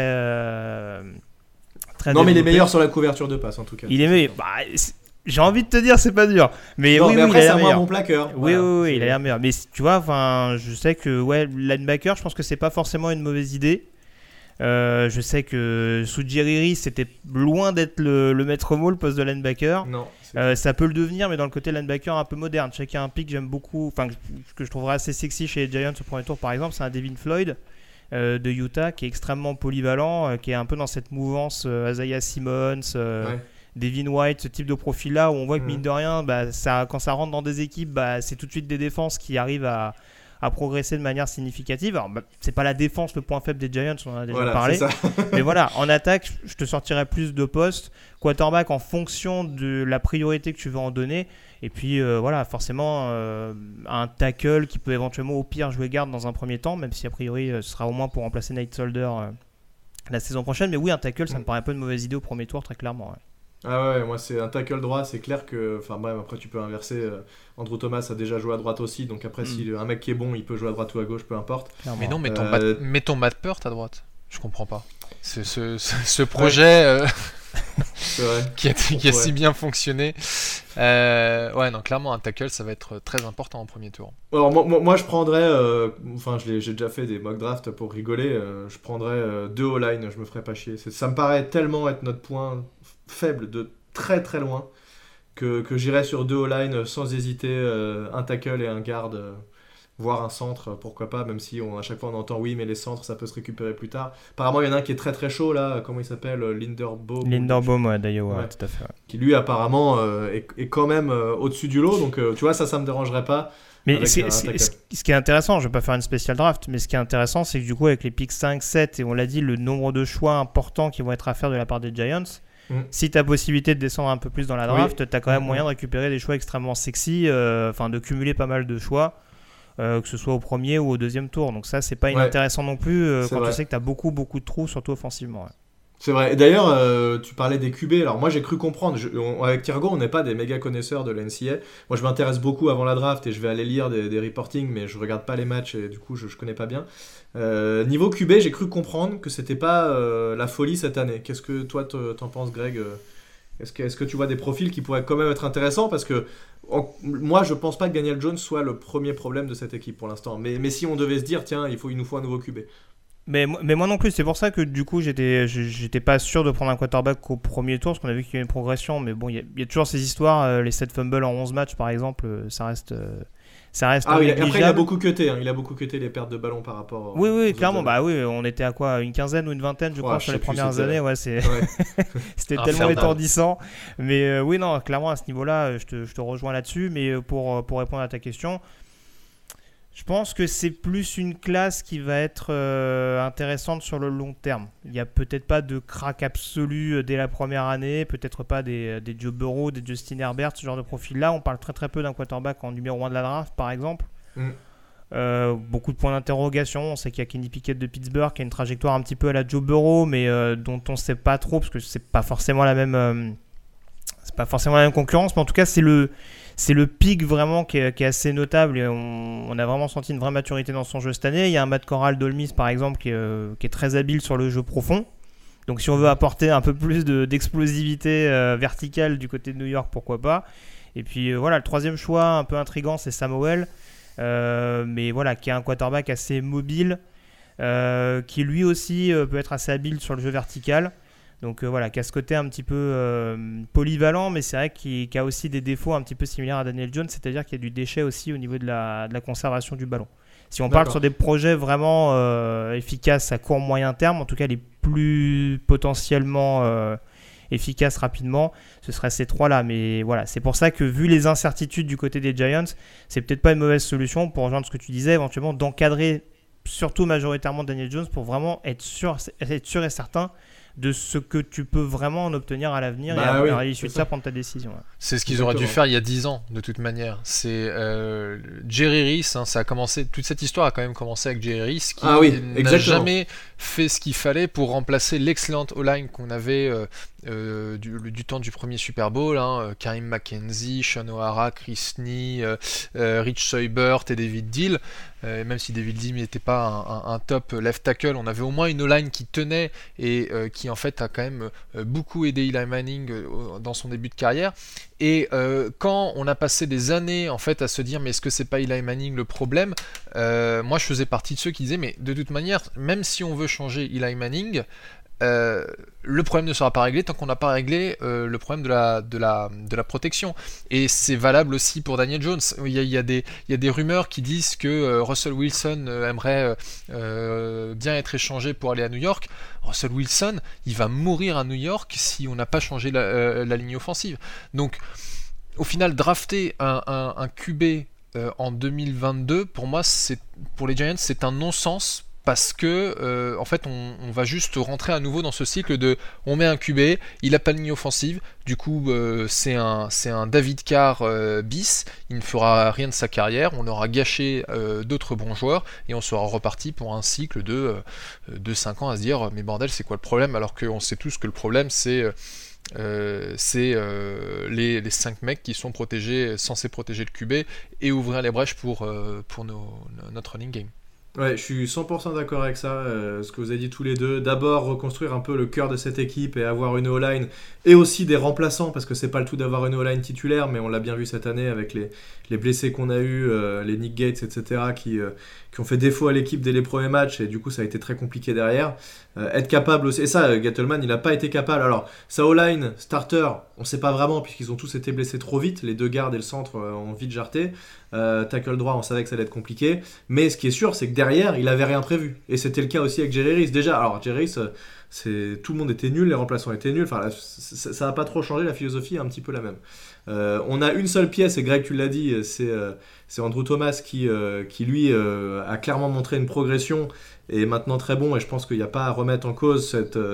non, mais il est meilleur sur la couverture de passe en tout cas. Il est meilleur. J'ai envie de te dire, c'est pas dur. Mais non, oui, mais après, il a l'air meilleur. Un bon plaqueur. Oui, il a l'air meilleur. Mais tu vois, je sais que linebacker, je pense que c'est pas forcément une mauvaise idée. Je sais que sous Jerry Reese, c'était loin d'être le maître mot, le poste de linebacker. Non. Ça peut le devenir, mais dans le côté linebacker un peu moderne. Je sais qu'il y a un pick que j'aime beaucoup, que je trouverais assez sexy chez les Giants au premier tour, par exemple, c'est un Devin Floyd de Utah, qui est extrêmement polyvalent, qui est un peu dans cette mouvance Isaiah Simmons. Devin White, ce type de profil-là, où on voit que mine de rien, quand ça rentre dans des équipes, c'est tout de suite des défenses qui arrivent à progresser de manière significative. Alors, c'est pas la défense le point faible des Giants, on en a déjà parlé. Mais voilà, en attaque, je te sortirais plus de postes. Quarterback en fonction de la priorité que tu veux en donner. Et puis forcément, un tackle qui peut éventuellement au pire jouer garde dans un premier temps, même si a priori ce sera au moins pour remplacer Nate Solder la saison prochaine. Mais oui, un tackle, ça me paraît un peu une mauvaise idée au premier tour, très clairement. Ah ouais, moi c'est un tackle droit, c'est clair que. Enfin bref, après tu peux inverser. Andrew Thomas a déjà joué à droite aussi, donc après si un mec qui est bon, il peut jouer à droite ou à gauche, peu importe. Clairement. Mais non, mets ton Matt Peart à droite. Je comprends pas. Ce projet qui a si bien fonctionné. Non, clairement un tackle, ça va être très important en premier tour. Alors moi je prendrais. J'ai déjà fait des mock drafts pour rigoler. Je prendrais 2 O-line, je me ferais pas chier. Ça me paraît tellement être notre point faible de très très loin que j'irais sur 2 O-line sans hésiter, un tackle et un garde, voire un centre, pourquoi pas, même si à chaque fois on entend oui mais les centres ça peut se récupérer plus tard. Apparemment il y en a un qui est très très chaud là, comment il s'appelle, Linderbaum d'Iowa, tout à fait. Qui lui apparemment est quand même au-dessus du lot, donc tu vois ça me dérangerait pas. Mais ce qui est intéressant, je vais pas faire une spéciale draft, mais ce qui est intéressant, c'est que du coup avec les picks 5, 7 et on l'a dit, le nombre de choix importants qui vont être à faire de la part des Giants, si tu as possibilité de descendre un peu plus dans la draft, tu as quand même moyen de récupérer des choix extrêmement sexy, de cumuler pas mal de choix, que ce soit au premier ou au deuxième tour. Donc ça, c'est pas inintéressant non plus quand tu sais que tu as beaucoup de trous, surtout offensivement. C'est vrai. Et d'ailleurs, tu parlais des QB. Alors moi, j'ai cru comprendre. Avec Thiergo, on n'est pas des méga connaisseurs de l'NCAA. Moi, je m'intéresse beaucoup avant la draft et je vais aller lire des reportings, mais je regarde pas les matchs et du coup, je connais pas bien. Niveau QB, j'ai cru comprendre que c'était pas la folie cette année. Qu'est-ce que toi, t'en penses, Greg ? Est-ce que tu vois des profils qui pourraient quand même être intéressants ? Parce que moi, je pense pas que Daniel Jones soit le premier problème de cette équipe pour l'instant. Mais si on devait se dire, tiens, il nous faut un nouveau QB. Mais moi non plus, c'est pour ça que du coup j'étais pas sûr de prendre un quarterback au premier tour, parce qu'on a vu qu'il y a une progression, mais bon, il y a toujours ces histoires, les 7 fumbles en 11 matchs par exemple, ça reste oui, après il a beaucoup cuté, il a beaucoup cuté les pertes de ballon par rapport oui, clairement, on était à quoi, une quinzaine ou une vingtaine je crois sur les premières années, c'était tellement étourdissant, mais oui, non, clairement à ce niveau-là, je te rejoins là-dessus, mais pour répondre à ta question, je pense que c'est plus une classe qui va être intéressante sur le long terme. Il n'y a peut-être pas de crack absolu dès la première année, peut-être pas des Joe Burrow, des Justin Herbert, ce genre de profil-là. On parle très très peu d'un quarterback en numéro 1 de la draft, par exemple. Beaucoup de points d'interrogation. On sait qu'il y a Kenny Pickett de Pittsburgh qui a une trajectoire un petit peu à la Joe Burrow, mais dont on ne sait pas trop, parce que c'est pas forcément la même concurrence, mais en tout cas c'est c'est le pic vraiment qui est assez notable et on a vraiment senti une vraie maturité dans son jeu cette année. Il y a un Matt Corral d'Ole Miss par exemple qui est très habile sur le jeu profond. Donc si on veut apporter un peu plus d'explosivité verticale du côté de New York, pourquoi pas. Et puis voilà, le troisième choix un peu intriguant, c'est Samuel, mais voilà, qui est un quarterback assez mobile, qui lui aussi peut être assez habile sur le jeu vertical. Donc voilà, qui a ce côté un petit peu polyvalent, mais c'est vrai qu'il a aussi des défauts un petit peu similaires à Daniel Jones, c'est-à-dire qu'il y a du déchet aussi au niveau de la conservation du ballon. Si on parle sur des projets vraiment efficaces à court moyen terme, en tout cas les plus potentiellement efficaces rapidement, ce seraient ces trois-là. Mais voilà, c'est pour ça que vu les incertitudes du côté des Giants, c'est peut-être pas une mauvaise solution pour rejoindre ce que tu disais, éventuellement d'encadrer surtout majoritairement Daniel Jones pour vraiment être sûr et certain de ce que tu peux vraiment en obtenir à l'avenir et à l'issue de ça prendre ta décision. C'est ce qu'ils auraient dû faire il y a 10 ans de toute manière. C'est Jerry Reese, ça a commencé, toute cette histoire a quand même commencé avec Jerry Reese qui n'a jamais fait ce qu'il fallait pour remplacer l'excellente O-line qu'on avait du temps du premier Super Bowl, Karim McKenzie, Sean O'Hara, Chris Nee, Rich Seubert et David Deal. Même si David Deal n'était pas un top left tackle, on avait au moins une O-line qui tenait et qui en fait a quand même beaucoup aidé Eli Manning dans son début de carrière. Et quand on a passé des années en fait à se dire mais est-ce que c'est pas Eli Manning le problème, moi je faisais partie de ceux qui disaient mais de toute manière même si on veut changer Eli Manning, le problème ne sera pas réglé tant qu'on n'a pas réglé le problème de la protection. Et c'est valable aussi pour Daniel Jones. Il y a des rumeurs qui disent que Russell Wilson aimerait bien être échangé pour aller à New York. Russell Wilson, il va mourir à New York si on n'a pas changé la ligne offensive. Donc au final, drafter un QB en 2022, pour moi, pour les Giants, c'est un non-sens. Parce que en fait on va juste rentrer à nouveau dans ce cycle de on met un QB, il n'a pas de ligne offensive, du coup c'est un David Carr bis, il ne fera rien de sa carrière, on aura gâché d'autres bons joueurs et on sera reparti pour un cycle de 5 ans à se dire mais bordel c'est quoi le problème, alors qu'on sait tous que le problème c'est les 5 mecs qui sont censés protéger le QB et ouvrir les brèches pour notre running game. Ouais, je suis 100% d'accord avec ça, ce que vous avez dit tous les deux. D'abord, reconstruire un peu le cœur de cette équipe et avoir une O-line et aussi des remplaçants, parce que c'est pas le tout d'avoir une O-line titulaire, mais on l'a bien vu cette année avec les blessés qu'on a eu, les Nick Gates, etc., qui ont fait défaut à l'équipe dès les premiers matchs, et du coup ça a été très compliqué derrière. Être capable aussi, et ça, Gettleman, il n'a pas été capable. Alors, sa O-line, starter, on sait pas vraiment, puisqu'ils ont tous été blessés trop vite, les deux gardes et le centre ont vite jarté. Tackle droit, on savait que ça allait être compliqué, mais ce qui est sûr, c'est que derrière, il avait rien prévu, et c'était le cas aussi avec Jerry Reese. Déjà, alors Jerry Reese, tout le monde était nul, les remplaçants étaient nuls, enfin, ça n'a pas trop changé, la philosophie est un petit peu la même. On a une seule pièce, et Greg, tu l'as dit, c'est Andrew Thomas qui lui a clairement montré une progression, et maintenant très bon, et je pense qu'il n'y a pas à remettre en cause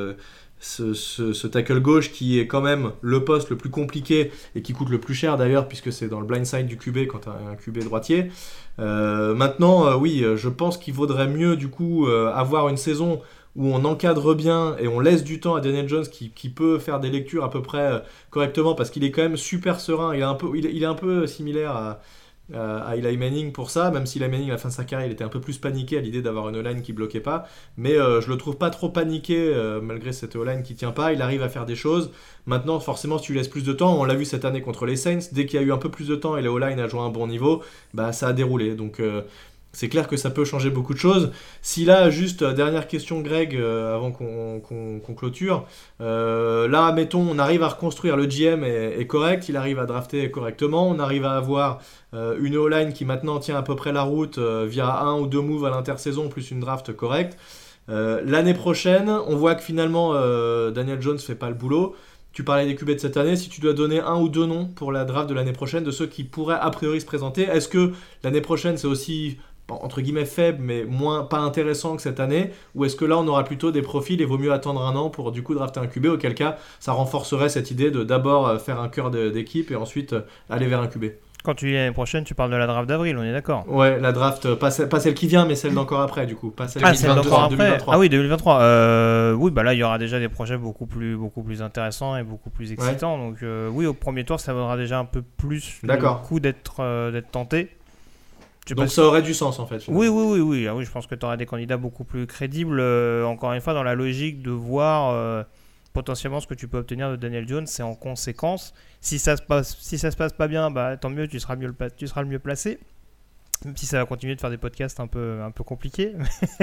ce tackle gauche qui est quand même le poste le plus compliqué et qui coûte le plus cher d'ailleurs, puisque c'est dans le blind side du QB quand tu as un QB droitier. Maintenant, oui, je pense qu'il vaudrait mieux du coup avoir une saison où on encadre bien et on laisse du temps à Daniel Jones qui peut faire des lectures à peu près correctement, parce qu'il est quand même super serein. Il est un peu similaire à Eli Manning pour ça, même si Eli Manning à la fin de sa carrière il était un peu plus paniqué à l'idée d'avoir une O-line qui bloquait pas, mais je le trouve pas trop paniqué malgré cette O-line qui tient pas. Il arrive à faire des choses. Maintenant forcément si tu lui laisses plus de temps, on l'a vu cette année contre les Saints, dès qu'il y a eu un peu plus de temps et la O-line a joué à un bon niveau, bah ça a déroulé. Donc c'est clair que ça peut changer beaucoup de choses. Si là, juste dernière question Greg, avant qu'on clôture, là mettons on arrive à reconstruire, le GM est correct, il arrive à drafter correctement, on arrive à avoir une O-line qui maintenant tient à peu près la route via 1 ou 2 moves à l'intersaison plus une draft correcte. L'année prochaine, on voit que finalement Daniel Jones fait pas le boulot. Tu parlais des QB de cette année, si tu dois donner 1 ou 2 noms pour la draft de l'année prochaine, de ceux qui pourraient a priori se présenter, est-ce que l'année prochaine c'est aussi entre guillemets faible mais pas intéressant que cette année, ou est-ce que là on aura plutôt des profils et vaut mieux attendre 1 an pour du coup drafter un QB, auquel cas ça renforcerait cette idée de d'abord faire un cœur d'équipe et ensuite aller vers un QB? Quand tu dis l'année prochaine, tu parles de la draft d'avril, on est d'accord? Ouais, la draft, pas celle qui vient, mais celle d'encore après, du coup. Pas celle Ah, celle d'encore après. 2023. Ah oui, 2023. Oui, bah là, il y aura déjà des projets beaucoup plus intéressants et beaucoup plus excitants. Donc, oui, au premier tour, ça vaudra déjà un peu plus le coup d'être tenté. Donc, ça aurait du sens, en fait. Oui. Ah, oui, je pense que tu auras des candidats beaucoup plus crédibles. Encore une fois, dans la logique de voir potentiellement ce que tu peux obtenir de Daniel Jones, c'est en conséquence. Si ça se passe pas bien, bah tant mieux, tu seras le mieux placé. Même si ça va continuer de faire des podcasts un peu compliqués.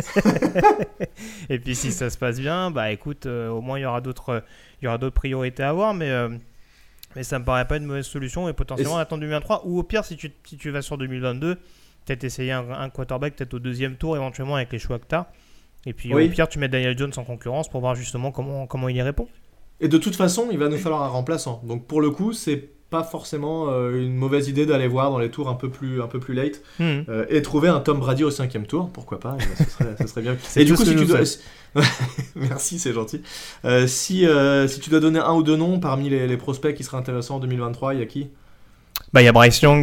Et puis si ça se passe bien, bah écoute, au moins il y aura d'autres priorités à avoir, mais ça me paraît pas une mauvaise solution et potentiellement attendre 2023 ou au pire si tu vas sur 2022, peut-être essayer un quarterback peut-être au deuxième tour éventuellement avec les choix que tu as. Et puis au pire, tu mets Daniel Jones en concurrence pour voir justement comment il y répond. Et de toute façon, il va nous falloir un remplaçant. Donc pour le coup, c'est pas forcément une mauvaise idée d'aller voir dans les tours un peu plus late et trouver un Tom Brady au 5e tour. Pourquoi pas, ce serait bien. Et du coup, si tu dois... Merci, c'est gentil. Si tu dois donner un ou deux noms parmi les prospects qui seraient intéressants en 2023, il y a qui ? Bah, il y a Bryce Young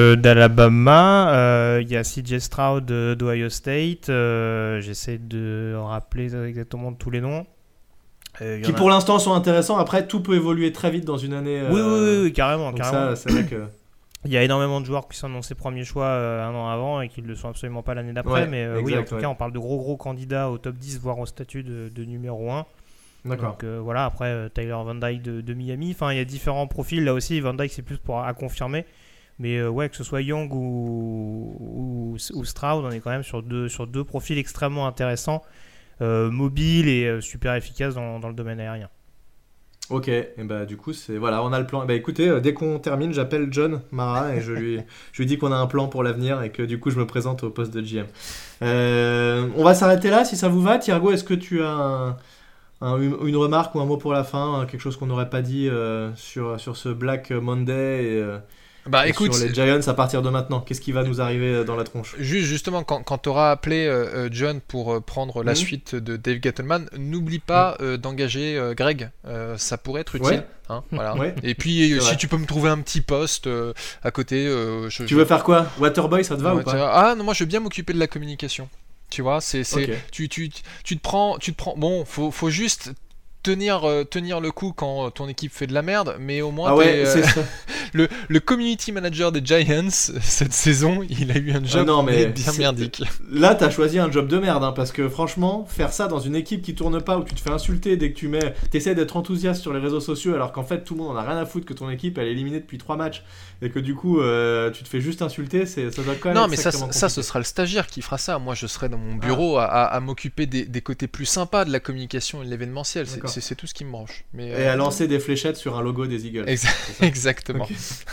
d'Alabama, il y a CJ Stroud d'Ohio State, j'essaie de rappeler exactement tous les noms. Qui pour l'instant sont intéressants, après tout peut évoluer très vite dans une année. Oui, carrément. Donc ça, c'est vrai que... Il y a énormément de joueurs qui sont annoncés premiers choix un an avant et qui ne le sont absolument pas l'année d'après, mais oui, en tout cas, on parle de gros candidats au top 10, voire au statut de numéro 1. D'accord. Donc voilà, après Tyler Van Dyke de Miami, enfin il y a différents profils, là aussi Van Dyke c'est plus à confirmer, mais que ce soit Young ou Stroud, on est quand même sur deux profils extrêmement intéressants, mobiles et super efficaces dans le domaine aérien. Ok, et bah du coup on a le plan. Bah écoutez, dès qu'on termine, j'appelle John Mara et je lui dis qu'on a un plan pour l'avenir et que du coup je me présente au poste de GM. On va s'arrêter là si ça vous va. Thiergo, est-ce que tu as une remarque ou un mot pour la fin, quelque chose qu'on n'aurait pas dit sur ce Black Monday et écoute, sur les Giants à partir de maintenant? Qu'est-ce qui va nous arriver dans la tronche? Justement, quand tu auras appelé John pour prendre la suite de Dave Gettleman, n'oublie pas d'engager Greg, ça pourrait être utile. Hein, voilà. Et puis si tu peux me trouver un petit poste à côté. Tu veux faire quoi? Waterboy, ça te va ou pas? Ah non, moi je veux bien m'occuper de la communication. Tu vois, okay. Tu te prends. Bon, faut juste tenir le coup quand ton équipe fait de la merde, mais au moins c'est ça. le community manager des Giants cette saison, il a eu un job bien merdique. Là, t'as choisi un job de merde, parce que franchement, faire ça dans une équipe qui tourne pas, où tu te fais insulter dès que t'essaies d'être enthousiaste sur les réseaux sociaux, alors qu'en fait tout le monde en a rien à foutre que ton équipe elle est éliminée depuis 3 matchs et que du coup tu te fais juste insulter, ça doit quand même. Non, mais ça ce sera le stagiaire qui fera ça. Moi, je serai dans mon bureau à m'occuper des côtés plus sympas de la communication et de l'événementiel. C'est tout ce qui me branche. Et à lancer des fléchettes sur un logo des Eagles. Exactement.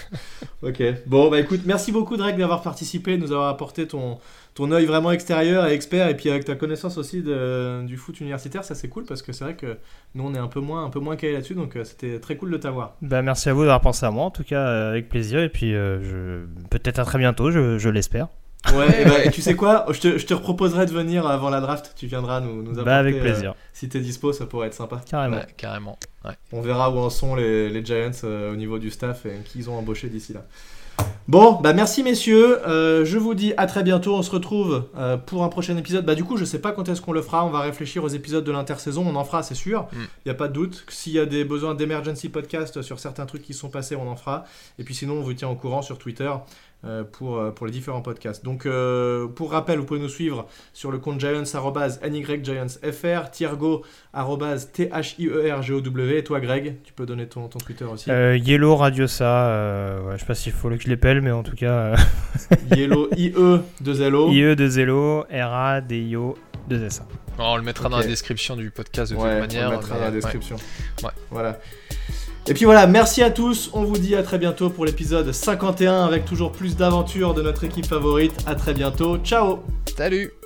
Ok. Bon, bah écoute, merci beaucoup Drake d'avoir participé, de nous avoir apporté ton œil vraiment extérieur et expert, et puis avec ta connaissance aussi du foot universitaire, ça c'est cool parce que c'est vrai que nous on est un peu moins calé là-dessus, donc c'était très cool de t'avoir. Bah, merci à vous d'avoir pensé à moi, en tout cas avec plaisir, et puis peut-être à très bientôt, je l'espère. Ouais, et tu sais quoi, je te reproposerai de venir avant la draft, tu viendras nous apporter. Avec plaisir. Si t'es dispo, ça pourrait être sympa. Carrément. Ouais. On verra où en sont les Giants au niveau du staff et qui ils ont embauché d'ici là. Bon, bah merci messieurs, je vous dis à très bientôt, on se retrouve pour un prochain épisode. Bah du coup je sais pas quand est-ce qu'on le fera, on va réfléchir aux épisodes de l'intersaison, on en fera c'est sûr, y a pas de doute. S'il y a des besoins d'emergency podcast sur certains trucs qui sont passés, on en fera. Et puis sinon on vous tient au courant sur Twitter pour les différents podcasts. Donc pour rappel, vous pouvez nous suivre sur le compte Giants @NYGiantsFR, Thiergo @THIERGOW, et toi Greg, tu peux donner ton Twitter aussi. Yellow Radiosa, je sais pas s'il faut que je l'épelle, mais en tout cas Yellow IE2LO IE2LO RADIO 2SA. On le mettra dans la description du podcast de toute manière. On le mettra dans la description. Ouais. Voilà. Et puis voilà, merci à tous, on vous dit à très bientôt pour l'épisode 51 avec toujours plus d'aventures de notre équipe favorite. À très bientôt, ciao. Salut.